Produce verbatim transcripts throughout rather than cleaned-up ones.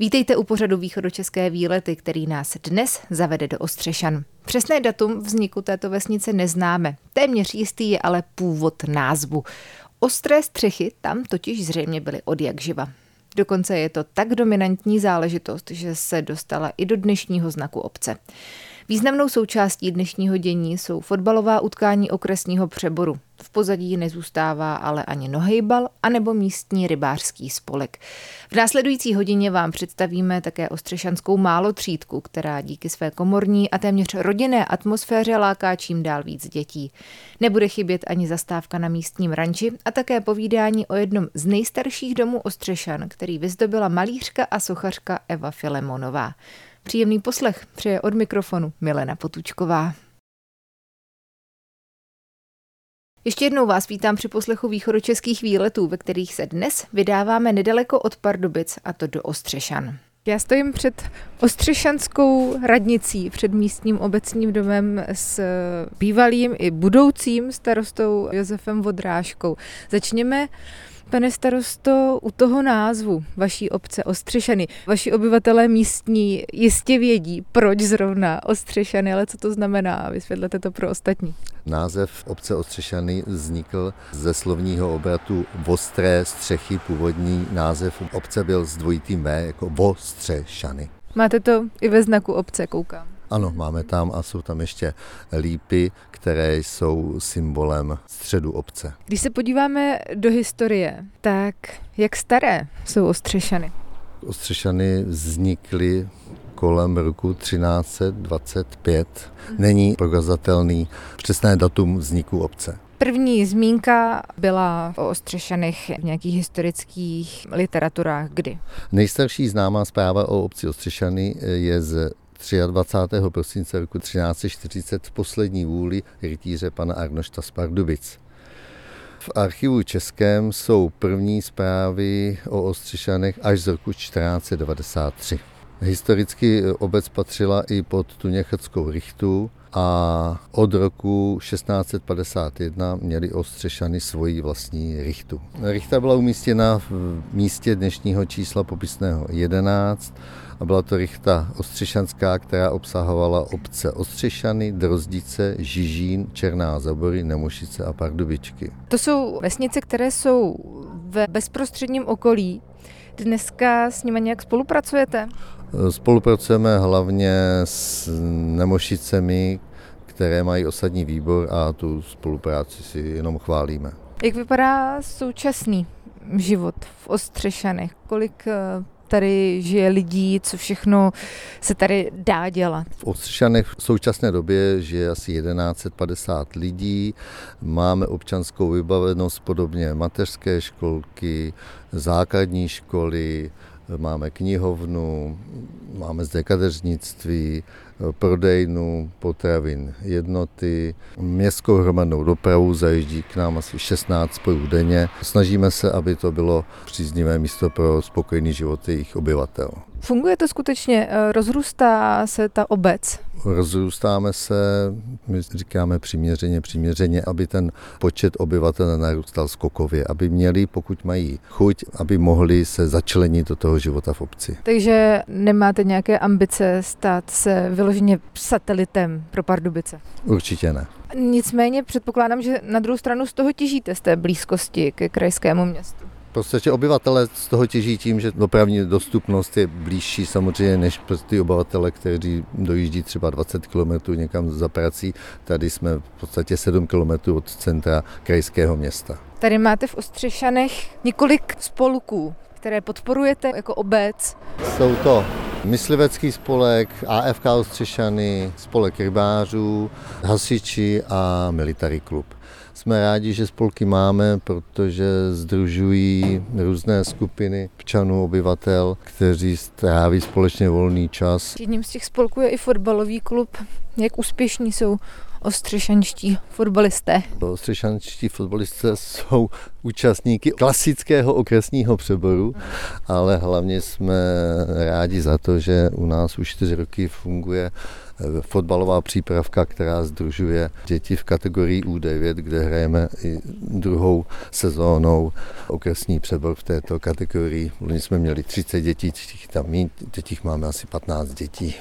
Vítejte u pořadu Východočeské výlety, který nás dnes zavede do Ostřešan. Přesné datum vzniku této vesnice neznáme, téměř jistý je ale původ názvu. Ostré střechy tam totiž zřejmě byly odjakživa. Dokonce je to tak dominantní záležitost, že se dostala i do dnešního znaku obce. Významnou součástí dnešního dění jsou fotbalová utkání okresního přeboru. V pozadí nezůstává ale ani nohejbal, anebo místní rybářský spolek. V následující hodině vám představíme také ostřešanskou málotřídku, která díky své komorní a téměř rodinné atmosféře láká čím dál víc dětí. Nebude chybět ani zastávka na místním ranči a také povídání o jednom z nejstarších domů Ostřešan, který vyzdobila malířka a sochařka Eva Filemonová. Příjemný poslech přeje od mikrofonu Milena Potůčková. Ještě jednou vás vítám při poslechu východočeských výletů, ve kterých se dnes vydáváme nedaleko od Pardubic, a to do Ostřešan. Já stojím před ostřešanskou radnicí, před místním obecním domem s bývalým i budoucím starostou Josefem Vodrážkou. Začněme, pane starosto, u toho názvu vaší obce Ostřešany. Vaši obyvatelé místní jistě vědí, proč zrovna Ostřešany, ale co to znamená? Vysvětlete to pro ostatní. Název obce Ostřešany vznikl ze slovního obratu ostré střechy. Původní název obce byl s dvojitým V, jako Ostřešany. Máte to i ve znaku obce, koukám. Ano, máme tam a jsou tam ještě lípy, které jsou symbolem středu obce. Když se podíváme do historie, tak jak staré jsou Ostřešany? Ostřešany vznikly kolem roku třináct set dvacet pět. Není prokazatelný přesné datum vzniku obce. První zmínka byla o Ostřešanech v nějakých historických literaturách kdy? Nejstarší známá zpráva o obci Ostřešany je z dvacátého třetího prosince roku třináct set čtyřicet v poslední vůli rytíře pana Arnošta z Pardubic. V archivu českém jsou první zprávy o Ostřešanech až z roku čtrnáct set devadesát tři. Historicky obec patřila i pod tu Něcheckou Rychtu a od roku šestnáct set padesát jedna měli Ostřešany svoji vlastní rychtu. Rychta byla umístěna v místě dnešního čísla popisného jedenáct a byla to rychta ostřešanská, která obsahovala obce Ostřešany, Drozdice, Žižín, Černá Zabory, Nemošice a Pardubičky. To jsou vesnice, které jsou ve bezprostředním okolí. Dneska s nimi nějak spolupracujete? Spolupracujeme hlavně s Nemošicemi, které mají osadní výbor a tu spolupráci si jenom chválíme. Jak vypadá současný život v Ostřešanech? Kolik tady žije lidí, co všechno se tady dá dělat? V Ostřešanech v současné době žije asi tisíc sto padesát lidí. Máme občanskou vybavenost podobně mateřské školky, základní školy, máme knihovnu, máme zde kadeřnictví, prodejnu potravin, jednoty, městskou hromadnou dopravu, zajíždí k nám asi šestnáct spojů denně. Snažíme se, aby to bylo příznivé místo pro spokojený život jejich obyvatel. Funguje to skutečně? Rozrůstá se ta obec? Rozrůstáme se, my říkáme přiměřeně, přiměřeně, aby ten počet obyvatel narůstal skokově, aby měli, pokud mají chuť, aby mohli se začlenit do toho života v obci. Takže nemáte nějaké ambice stát se vyloženě satelitem pro Pardubice? Určitě ne. Nicméně předpokládám, že na druhou stranu z toho těžíte, z té blízkosti ke krajskému městu. V podstatě obyvatele z toho těží tím, že dopravní dostupnost je blížší samozřejmě než pro ty obyvatele, kteří dojíždí třeba dvacet kilometrů někam za prací. Tady jsme v podstatě sedm kilometrů od centra krajského města. Tady máte v Ostřešanech několik spolků, které podporujete jako obec. Jsou to myslivecký spolek, A F K Ostřešany, spolek rybářů, hasiči a military klub. Jsme rádi, že spolky máme, protože sdružují různé skupiny občanů, obyvatel, kteří stráví společně volný čas. Jedním z těch spolků je i fotbalový klub. Jak úspěšní jsou ostřešanští fotbalisté? Ostřešanští fotbalisté jsou účastníky klasického okresního přeboru, ale hlavně jsme rádi za to, že u nás už čtyři roky funguje fotbalová přípravka, která sdružuje děti v kategorii U devět, kde hrajeme i druhou sezónou okresní přebor v této kategorii. Loni jsme měli třicet dětí, tam mít, teď máme asi patnáct dětí.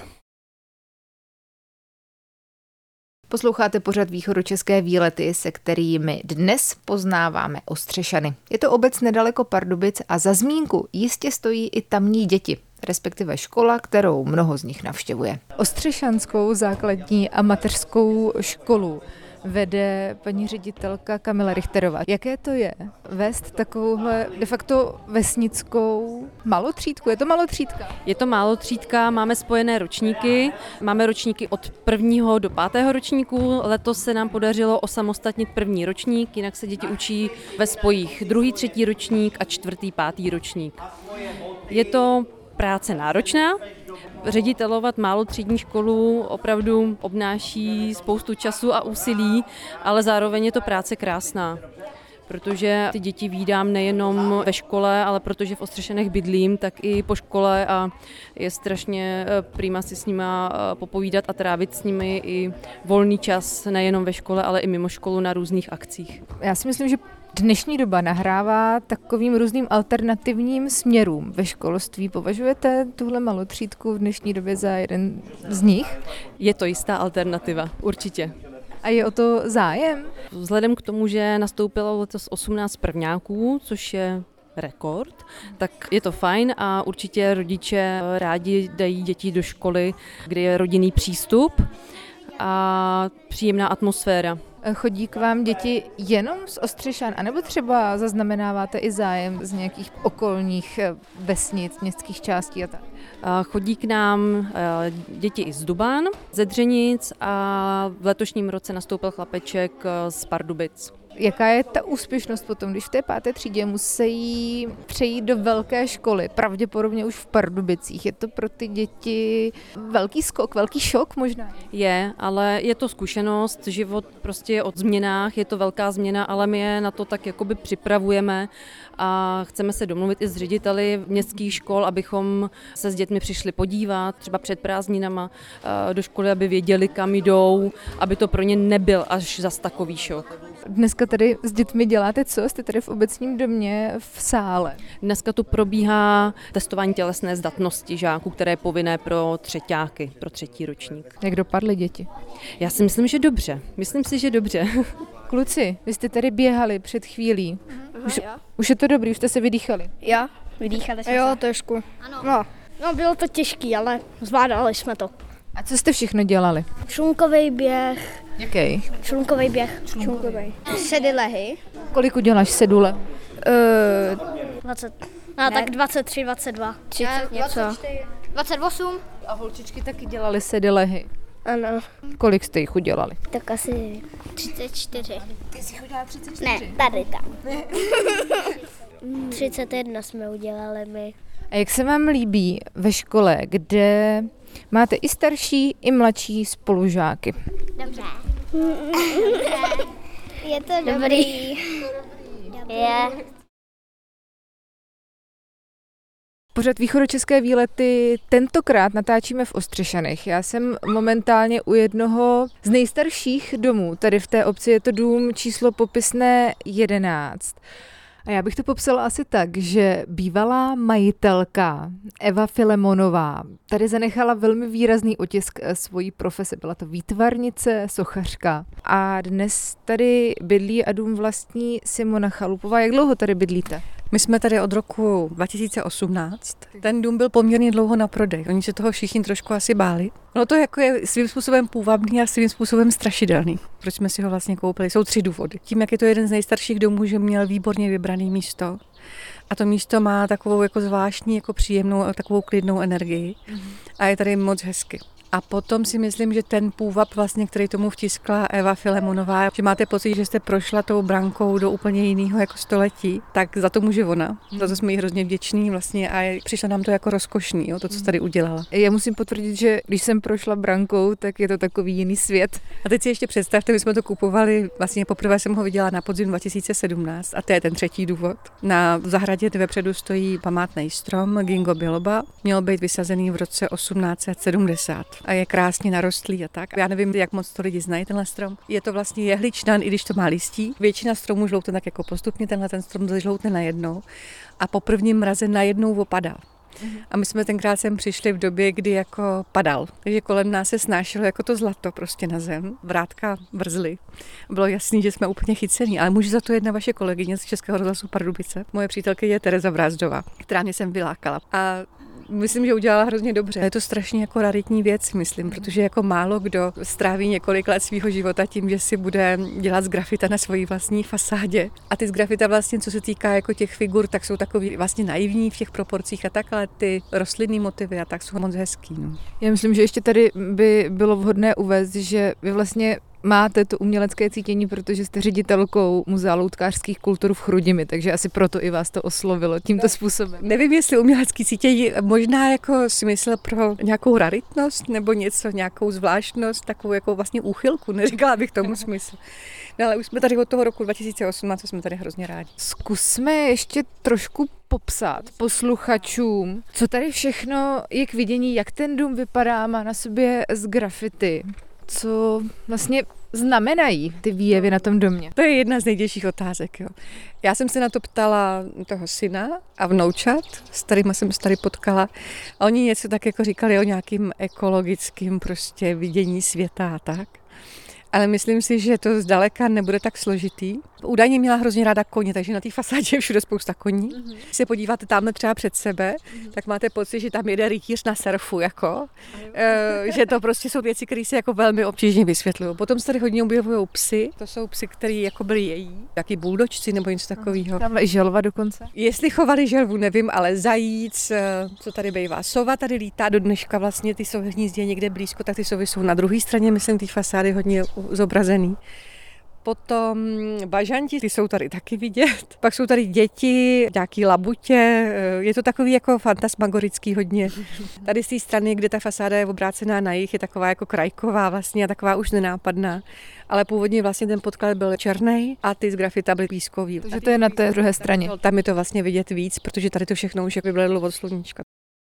Posloucháte pořad Východočeské výlety, se kterými dnes poznáváme Ostřešany. Je to obec nedaleko Pardubic a za zmínku jistě stojí i tamní děti, respektive škola, kterou mnoho z nich navštěvuje. Ostřešanskou základní a mateřskou školu vede paní ředitelka Kamila Richterová. Jaké to je vést takovouhle de facto vesnickou malotřídku? Je to malotřídka? Je to malotřídka, máme spojené ročníky, máme ročníky od prvního do pátého ročníku, letos se nám podařilo osamostatnit první ročník, jinak se děti učí ve spojích druhý, třetí ročník a čtvrtý, pátý ročník. Je to práce náročná. Ředitelovat malotřídní školu opravdu obnáší spoustu času a úsilí, ale zároveň je to práce krásná, protože ty děti vídám nejenom ve škole, ale protože v Ostřešanech bydlím, tak i po škole a je strašně prima si s nima popovídat a trávit s nimi i volný čas nejenom ve škole, ale i mimo školu na různých akcích. Já si myslím, že dnešní doba nahrává takovým různým alternativním směrům ve školství. Považujete tuhle malotřídku v dnešní době za jeden z nich? Je to jistá alternativa, určitě. A je o to zájem? Vzhledem k tomu, že nastoupilo letos osmnáct prvňáků, což je rekord, tak je to fajn a určitě rodiče rádi dají děti do školy, kde je rodinný přístup a příjemná atmosféra. Chodí k vám děti jenom z Ostřešan, anebo třeba zaznamenáváte i zájem z nějakých okolních vesnic, městských částí a tak? Chodí k nám děti i z Dubán, ze Dřenic a v letošním roce nastoupil chlapeček z Pardubic. Jaká je ta úspěšnost potom, když v té páté třídě musí přejít do velké školy, pravděpodobně už v Pardubicích? Je to pro ty děti velký skok, velký šok možná? Je, ale je to zkušenost, život prostě je o změnách, je to velká změna, ale my je na to tak jakoby připravujeme a chceme se domluvit i s řediteli městských škol, abychom se s dětmi přišli podívat, třeba před prázdninama do školy, aby věděli, kam jdou, aby to pro ně nebyl až zas takový šok. Dneska tady s dětmi děláte co? Jste tady v obecním domě v sále. Dneska tu probíhá testování tělesné zdatnosti žáků, které je povinné pro třeťáky, pro třetí ročník. Jak dopadly děti? Já si myslím, že dobře. Myslím si, že dobře. Kluci, vy jste tady běhali před chvílí. Aha, už, jo. už je to dobrý, už jste se vydýchali. Jo, vydýchali jsme Jo, se. trošku. Ano. No. no, bylo to těžký, ale zvládali jsme to. A co jste všechno dělali? Šlunkový běh. Jaký? Šlunkový běh. Šlunkový. Sedilehy. Kolik uděláš sedule? Uh, dvacet. No, tak dvacet tři, dvacet dva. třicet něco. dvacet osm. A holčičky taky dělali sedilehy. Ano. Kolik jste jich udělali? Tak asi třicet čtyři. Ty jsi udělala třicet ne, tady tam. třicet jedna jsme udělali my. A jak se vám líbí ve škole, kde máte i starší, i mladší spolužáky? Dobře. Je to dobrý. Dobrý. Je. Pořad Východočeské výlety tentokrát natáčíme v Ostřešanech. Já jsem momentálně u jednoho z nejstarších domů. Tady v té obci je to dům číslo popisné jedenáct. A já bych to popsala asi tak, že bývalá majitelka Eva Filemonová tady zanechala velmi výrazný otisk svojí profese. Byla to výtvarnice, sochařka. A dnes tady bydlí a dům vlastní Simona Chalupová. Jak dlouho tady bydlíte? My jsme tady od roku dva tisíce osmnáct. Ten dům byl poměrně dlouho na prodej. Oni se toho všichni trošku asi báli. No to jako je svým způsobem půvabný a svým způsobem strašidelný. Proč jsme si ho vlastně koupili? Jsou tři důvody. Tím, jak je to jeden z nejstarších domů, že měl výborně vybraný místo. A to místo má takovou jako zvláštní, jako příjemnou a takovou klidnou energii. A je tady moc hezky. A potom si myslím, že ten půvab, vlastně, který tomu vtiskla Eva Filemonová, že máte pocit, že jste prošla tou brankou do úplně jiného jako století, tak za to může ona. Za to jsme jí hrozně vděční vlastně a přišlo nám to jako rozkošný, jo, to, co tady udělala. Já musím potvrdit, že když jsem prošla brankou, tak je to takový jiný svět. A teď si ještě představte, my jsme to kupovali, vlastně poprvé jsem ho viděla na podzim dva tisíce sedmnáct a to je ten třetí důvod. Na zahradě vepředu stojí památný strom Ginkgo biloba, měl být vysazený v roce osmnáct set sedmdesát a je krásně narostlý a tak. Já nevím, jak moc to lidi znají, tenhle strom. Je to vlastně jehličnan, i když to má listí. Většina stromů žloutne tak jako postupně, tenhle ten strom žloutne najednou a po prvním mraze najednou opadá. A my jsme tenkrát sem přišli v době, kdy jako padal. Takže kolem nás se snášelo jako to zlato prostě na zem. Vrátka vrzly. Bylo jasný, že jsme úplně chycený, ale může za to jedna vaše kolegyně z Českého rozhlasu Pardubice. Moje přítelkyně je Tereza Brázdová, která mě sem vylákala. A myslím, že udělala hrozně dobře. Je to strašně jako raritní věc, myslím, protože jako málo kdo stráví několik let svého života tím, že si bude dělat z grafita na svojí vlastní fasádě. A ty z grafita vlastně, co se týká jako těch figur, tak jsou takový vlastně naivní v těch proporcích a tak, ale ty rostlinný motivy a tak jsou moc hezký. No. Já myslím, že ještě tady by bylo vhodné uvést, že vy vlastně máte to umělecké cítění, protože jste ředitelkou Muzea loutkářských kultur v Chrudimi, takže asi proto i vás to oslovilo tímto způsobem. Nevím, jestli umělecký cítění, možná jako smysl pro nějakou raritnost nebo něco, nějakou zvláštnost, takovou jako vlastně úchylku, neříkala bych tomu smysl. No, ale už jsme tady od toho roku dva tisíce osmnáct, co jsme tady hrozně rádi. Zkusme ještě trošku popsat posluchačům, co tady všechno je k vidění, jak ten dům vypadá, má na sobě z grafity. Co vlastně znamenají ty výjevy na tom domě? To je jedna z nejdějších otázek. Jo. Já jsem se na to ptala toho syna a vnoučat, s kterýma jsem se tady potkala. A oni něco tak jako říkali o nějakým ekologickým prostě vidění světa a tak. Ale myslím si, že to zdaleka nebude tak složitý. Údajně měla hrozně ráda koně, takže na té fasádě je všude spousta koní. Mm-hmm. Když se podíváte tamhle třeba před sebe, mm-hmm. tak máte pocit, že tam jede rytíř na surfu, jako. E, že to prostě jsou věci, které se jako velmi obtížně vysvětlují. Potom se tady hodně objevují psy, to jsou psy, které jako byly její, taky buldočci nebo něco takového. Tamhle i želva dokonce. Jestli chovali želvu, nevím, ale zajíc, co tady bývá. Sova tady lítá do dneška, vlastně ty sovy hnízdě někde blízko, tak ty sovy jsou na druhé straně, myslím, té fasády hodně zobrazený. Potom bažanti, ty jsou tady taky vidět. Pak jsou tady děti, nějaký labutě. Je to takový jako fantasmagorický hodně. Tady z té strany, kde ta fasáda je obrácená na jih, je taková jako krajková vlastně a taková už nenápadná. Ale původně vlastně ten podklad byl černý a ty z grafita byly pískový. Takže to je na té druhé straně. Tam je to vlastně vidět víc, protože tady to všechno už vybledlo od sluníčka.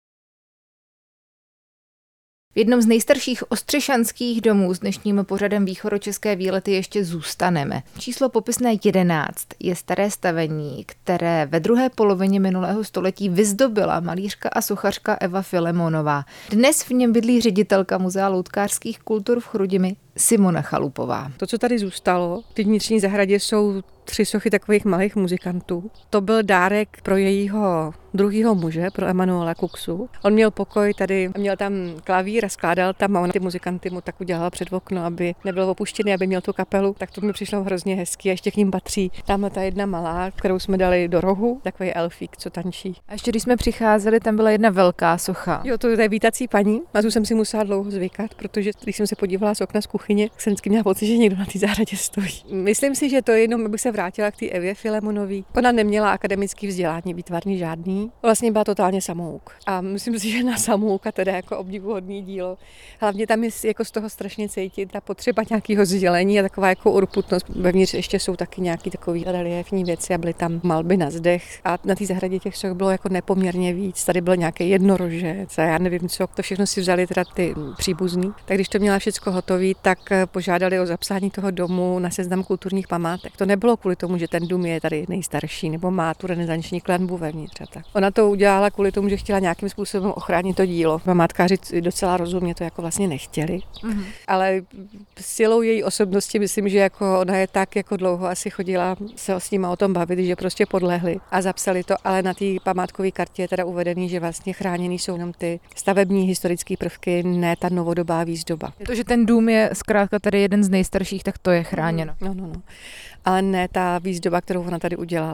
V jednom z nejstarších ostřešanských domů s dnešním pořadem Východočeské výlety ještě zůstaneme. Číslo popisné jedenáct je staré stavení, které ve druhé polovině minulého století vyzdobila malířka a sochařka Eva Filemonová. Dnes v něm bydlí ředitelka Muzea loutkářských kultur v Chrudimi Simona Chalupová. To, co tady zůstalo, v té vnitřní zahradě jsou tři sochy takových malých muzikantů. To byl dárek pro jejího druhýho muže, pro Emanuela Kuxu. On měl pokoj tady, měl tam klavír a skládal tam a on ty muzikanty mu tak udělala před okno, aby nebyl opuštěný, aby měl tu kapelu. Tak to mi přišlo hrozně hezký a ještě k ním patří tamhle ta jedna malá, kterou jsme dali do rohu, takový elfík, co tančí. A ještě když jsme přicházeli, tam byla jedna velká socha. Jo, to je vítací paní. Na tu jsem si musela dlouho zvykat, protože když jsem se podívala z okna z kuchyně, jsem vždycky měla pocit, že někdo na té zahradě stojí. Myslím si, že to je jenom, abych se vrátila k té Evě Filemonové. Ona neměla akademické vzdělání, výtvarný žádný. Vlastně byla totálně samouk. A myslím si, že na samouka teda jako obdivuhodný dílo. Hlavně tam je jako z toho strašně cítit ta potřeba nějakého sdělení a taková jako urputnost. Vevnitř ještě jsou taky nějaký takový reliefní věci a byly tam malby na zdech. A na té zahradě těch soch bylo jako nepoměrně víc. Tady byl nějaký jednorožec a já nevím co. To všechno si vzali teda ty příbuzní. Tak když to měla všechno hotové, tak požádali o zapsání toho domu na seznam kulturních památek. To nebylo kvůli tomu, že ten dům je tady nejstarší nebo má tu renesanční klenbu vevnitř. Tak. Ona to udělala kvůli tomu, že chtěla nějakým způsobem ochránit to dílo. Památkáři docela rozumně to jako vlastně nechtěli. Mm-hmm. Ale silou její osobnosti myslím, že jako ona je tak jako dlouho asi chodila se s nima o tom bavit, že prostě podlehli a zapsali to, ale na té památkové kartě je teda uvedený, že vlastně chráněný jsou jenom ty stavební historické prvky, ne ta novodobá výzdoba. To, že ten dům je zkrátka tady jeden z nejstarších, tak to je chráněno. No, no, no. Ale ne ta výzdoba, kterou ona tady udělala.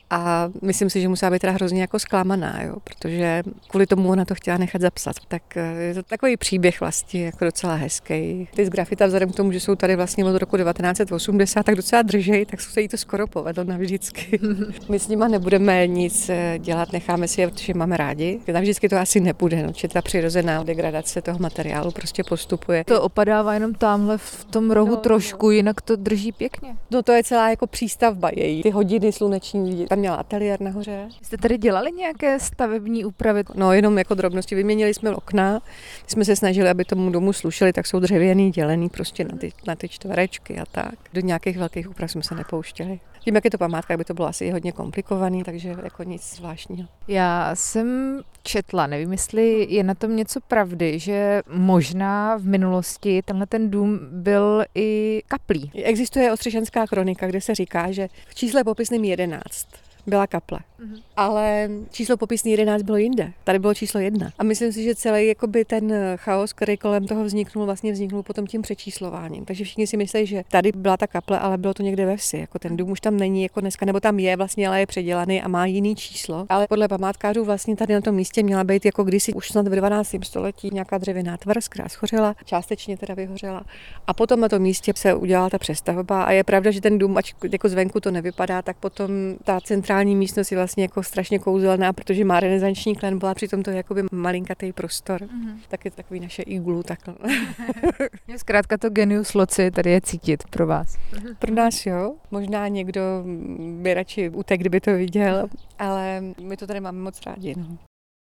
A myslím si, že musela být teda hrozně jako zklamaná, jo, protože kvůli tomu ona to chtěla nechat zapsat. Tak je to takový příběh vlastně jako docela hezký. Ty z grafita vzhledem k tomu, že jsou tady vlastně od roku devatenáct set osmdesát, tak docela držej, tak se jí to skoro povedlo navždycky. My s nima nebudeme nic dělat, necháme si je, protože máme rádi. Navždycky to asi nebude, no, že ta přirozená degradace toho materiálu prostě postupuje. To opadává jenom tamhle v tom rohu no, trošku, jinak to drží pěkně. No to je celá jako přístavba její. Ty hodiny sluneční, tam měla ateliér nahoře. Jste tady dělali nějaké stavební úpravy? No jenom jako drobnosti. Vyměnili jsme okna, jsme se snažili, aby tomu domu slušeli, tak jsou dřevěný, dělený prostě na ty, na ty čtverečky a tak. Do nějakých velkých úprav jsme se nepouštěli. Tím, jak je to památka, by to bylo asi hodně komplikovaný, takže jako nic zvláštního. Já jsem četla, nevím, jestli je na tom něco pravdy, že možná v minulosti tenhle ten dům byl i kaplí. Existuje Ostřešanská kronika, kde se říká, že v čísle popisným jedenáct byla kaple. Mm-hmm. Ale číslo popisný jedenáct bylo jinde. Tady bylo číslo jedna. A myslím si, že celý jakoby ten chaos, který kolem toho vzniknul, vlastně vzniknul potom tím přečíslováním. Takže všichni si myslí, že tady byla ta kaple, ale bylo to někde ve vsi. Jako ten dům už tam není jako dneska, nebo tam je vlastně, ale je předělaný a má jiný číslo. Ale podle památkářů vlastně tady na tom místě měla být jako kdysi už snad v dvanáctém století nějaká dřevěná tvrz, která schořela, částečně teda vyhořela. A potom na tom místě se udělala ta přestavba a je pravda, že ten dům, ať jako zvenku to nevypadá, tak potom ta centrální místnost je vlastně jako strašně kouzelná, protože má renesanční klenbu a přitom to je jakoby malinkatý prostor. Mm-hmm. Tak je takový naše iglu takhle. Zkrátka to genius loci tady je cítit pro vás. Pro nás jo. Možná někdo by radši utek, kdyby to viděl, ale my to tady máme moc rádi. No.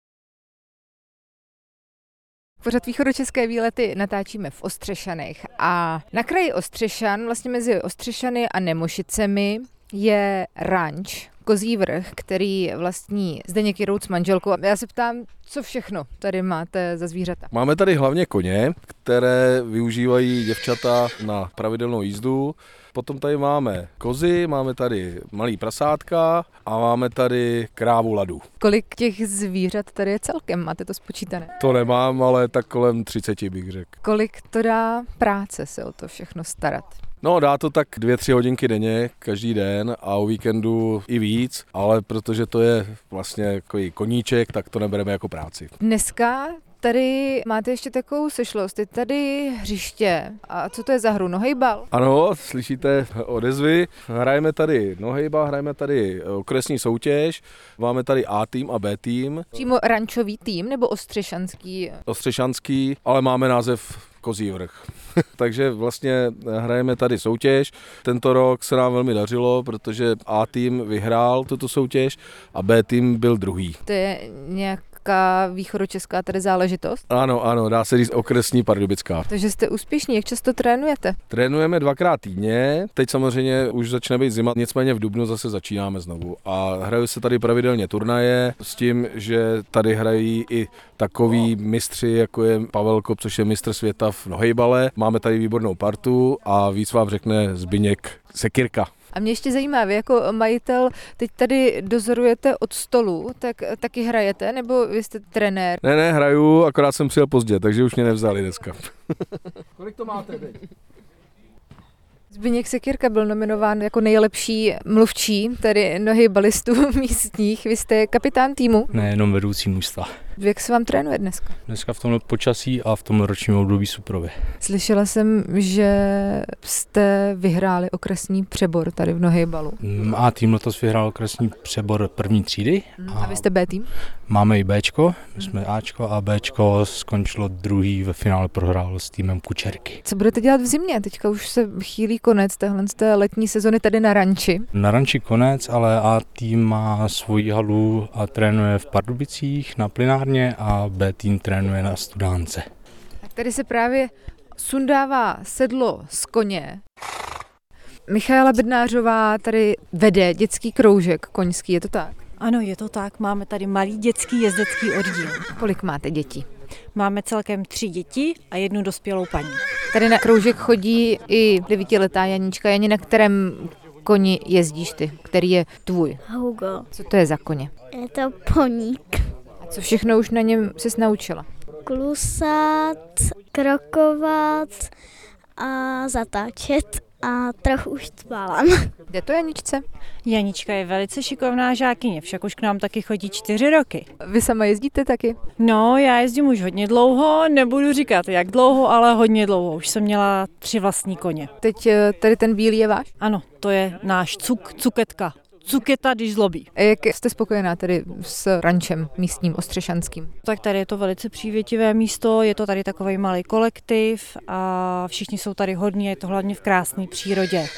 Pořad východočeské výlety natáčíme v Ostřešanech a na kraji Ostřešan, vlastně mezi Ostřešany a Nemošicemi, je ranč Kozí vrch, který vlastní Zdeněk Jirouc s manželkou. Já se ptám, co všechno tady máte za zvířata? Máme tady hlavně koně, které využívají děvčata na pravidelnou jízdu. Potom tady máme kozy, máme tady malý prasátka a máme tady krávu Ladu. Kolik těch zvířat tady je celkem? Máte to spočítané? To nemám, ale tak kolem třicet bych řekl. Kolik to dá práce se o to všechno starat? No, dá to tak dvě, tři hodinky denně, každý den a o víkendu i víc, ale protože to je vlastně jako koníček, tak to nebereme jako práci. Dneska tady máte ještě takovou sešlost, je tady hřiště. A co to je za hru? Nohejbal? Ano, slyšíte odezvy. Hrajeme tady nohejbal, hrajeme tady okresní soutěž, máme tady A tým a B tým. Přímo rančový tým nebo ostřešanský? Ostřešanský, ale máme název Kozí vrch. Takže vlastně hrajeme tady soutěž. Tento rok se nám velmi dařilo, protože A tým vyhrál tuto soutěž a B tým byl druhý. To je nějaká východočeská tady záležitost? Ano, ano, dá se říct okresní pardubická. Takže jste úspěšní, jak často trénujete? Trénujeme dvakrát týdně, teď samozřejmě už začne být zima, nicméně v dubnu zase začínáme znovu. A hrají se tady pravidelně turnaje s tím, že tady hrají i takový mistři, jako je Pavel Kop, což je mistr světa v nohejbale. Máme tady výbornou partu a víc vám řekne Zbyněk Sekirka. A mě ještě zajímá, vy jako majitel teď tady dozorujete od stolu, tak taky hrajete, nebo vy jste trenér? Ne, ne, hraju, akorát jsem přijel pozdě, takže už mě nevzali dneska. Kolik to máte teď? Zbyněk Sekirka byl nominován jako nejlepší mluvčí, tedy nohejbalistů místních. Vy jste kapitán týmu? Ne, jenom vedoucí mužstva. Jak se vám trénuje dneska? Dneska v tomhle počasí a v tom ročním období suprově. Slyšela jsem, že jste vyhráli okresní přebor tady v nohejbalu. A tým letos vyhrál okresní přebor první třídy. A, a vy jste B tým? Máme i Bčko, my jsme Ačko a Bčko skončilo druhý, ve finále prohrál s týmem Kučerky. Co budete dělat v zimě? Teďka už se chýlí konec téhle z té letní sezony tady na ranči. Na ranči konec, ale A tým má svoji halu a trénuje v Pardubicích na plynárně a B tým trénuje na Studánce. Tak tady se právě sundává sedlo z koně. Michaela Bednářová tady vede dětský kroužek koňský, je to tak? Ano, je to tak. Máme tady malý dětský jezdecký oddíl. Kolik máte dětí? Máme celkem tři děti a jednu dospělou paní. Tady na kroužek chodí i devítiletá Janíčka. Jani, na kterém koni jezdíš ty? Který je tvůj? Hugo. Co to je za koně? Je to poník. A co všechno už na něm jsi naučila? Klusat, krokovat a zatáčet. a trochu už spálám. Jde to Janičce? Janička je velice šikovná žákyně, však už k nám taky chodí čtyři roky. Vy sama jezdíte taky? No, já jezdím už hodně dlouho, nebudu říkat jak dlouho, ale hodně dlouho. Už jsem měla tři vlastní koně. Teď tady ten bílý je váš? Ano, to je náš cuk, cuketka. Cuketa, když zlobí. A jak jste spokojená tedy s rančem místním ostřešanským? Tak tady je to velice přívětivé místo, je to tady takový malý kolektiv a všichni jsou tady hodní, je to hlavně v krásné přírodě.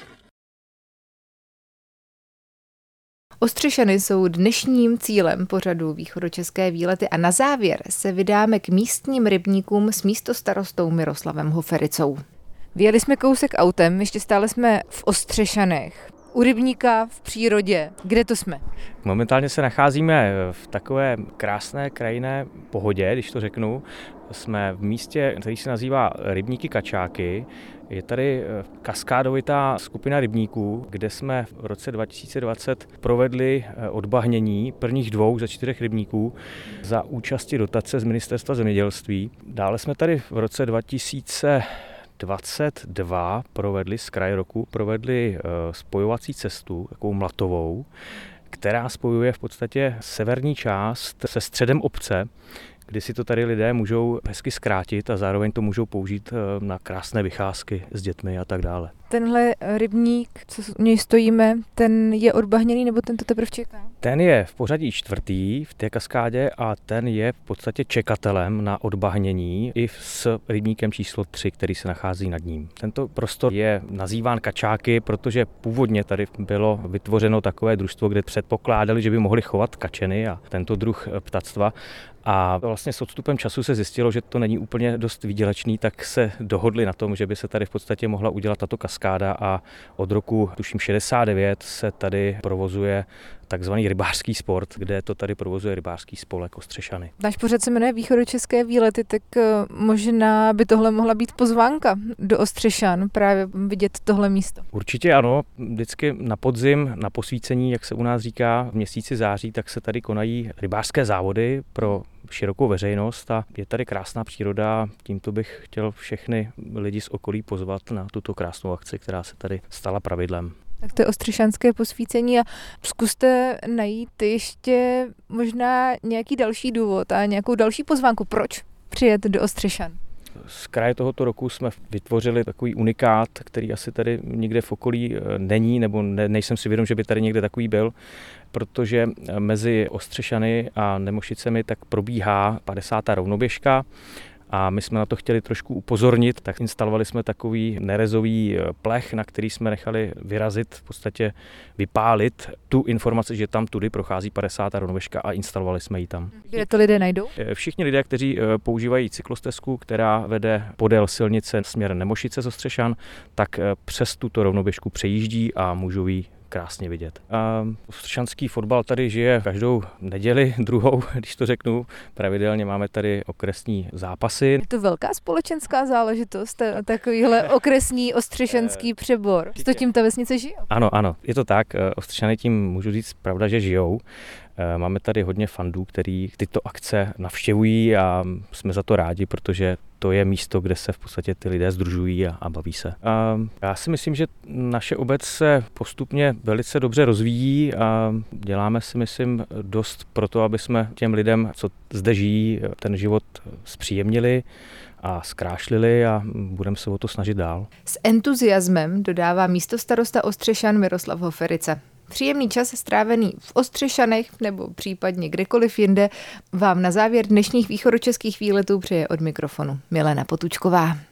Ostřešany jsou dnešním cílem pořadu Východočeské výlety a na závěr se vydáme k místním rybníkům s místostarostou Miroslavem Hofericou. Vyjeli jsme kousek autem, ještě stále jsme v Ostřešanech. U rybníka v přírodě. Kde to jsme? Momentálně se nacházíme v takové krásné krajinné pohodě, když to řeknu. Jsme v místě, který se nazývá Rybníky Kačáky. Je tady kaskádovitá skupina rybníků, kde jsme v roce dva tisíce dvacet provedli odbahnění prvních dvou ze čtyřech rybníků za účasti dotace z Ministerstva zemědělství. Dále jsme tady v roce dva tisíce dvacet dva provedli z kraje roku, provedli spojovací cestu, takovou mlatovou, která spojuje v podstatě severní část se středem obce, kdy si to tady lidé můžou hezky zkrátit a zároveň to můžou použít na krásné vycházky s dětmi a tak dále. Tenhle rybník, co u něj stojíme, ten je odbahněný nebo ten to teprve čeká? Ten je v pořadí čtvrtý v té kaskádě a ten je v podstatě čekatelem na odbahnění i s rybníkem číslo tři, který se nachází nad ním. Tento prostor je nazýván Kačáky, protože původně tady bylo vytvořeno takové družstvo, kde předpokládali, že by mohli chovat kačeny a tento druh ptactva. A vlastně s odstupem času se zjistilo, že to není úplně dost výdělečný, tak se dohodli na tom, že by se tady v podstatě mohla udělat tato kaskáda a od roku, tuším šedesát devět, se tady provozuje takzvaný rybářský sport, kde to tady provozuje rybářský spolek Ostřešany. Náš pořad se jmenuje Východočeské výlety, tak možná by tohle mohla být pozvánka do Ostřešan, právě vidět tohle místo. Určitě ano, vždycky na podzim, na posvícení, jak se u nás říká, v měsíci září, tak se tady konají rybářské závody pro širokou veřejnost a je tady krásná příroda. Tímto bych chtěl všechny lidi z okolí pozvat na tuto krásnou akci, která se tady stala pravidlem. Tak to je ostřešanské posvícení a zkuste najít ještě možná nějaký další důvod a nějakou další pozvánku. Proč přijet do Ostřešan? Z kraje tohoto roku jsme vytvořili takový unikát, který asi tady nikde v okolí není, nebo ne, nejsem si vědom, že by tady někde takový byl, protože mezi Ostřešany a Nemošicemi tak probíhá padesátá rovnoběžka. A my jsme na to chtěli trošku upozornit, tak instalovali jsme takový nerezový plech, na který jsme nechali vyrazit, v podstatě vypálit tu informaci, že tam tudy prochází padesátá rovnoběžka a instalovali jsme ji tam. Kde to lidé najdou? Všichni lidé, kteří používají cyklostezku, která vede podél silnice směrem Nemošice z Ostřešan, tak přes tuto rovnoběžku přejíždí a můžou ji krásně vidět. A ostřešanský fotbal tady žije každou neděli, druhou, když to řeknu. Pravidelně máme tady okresní zápasy. Je to velká společenská záležitost, takovýhle okresní ostřešanský přebor. To tím ta vesnice žije? Ano, ano, je to tak. Ostřešany tím můžu říct pravda, že žijou. Máme tady hodně fandů, který tyto akce navštěvují a jsme za to rádi, protože to je místo, kde se v podstatě ty lidé sdružují a, a baví se. A já si myslím, že naše obec se postupně velice dobře rozvíjí a děláme si, myslím, dost pro to, aby jsme těm lidem, co zde žijí, ten život zpříjemnili a zkrášlili a budeme se o to snažit dál. S entuziasmem dodává místostarosta Ostřešan Miroslav Hoferica. Příjemný čas strávený v Ostřešanech nebo případně kdekoliv jinde vám na závěr dnešních východočeských výletů přeje od mikrofonu Milena Potůčková.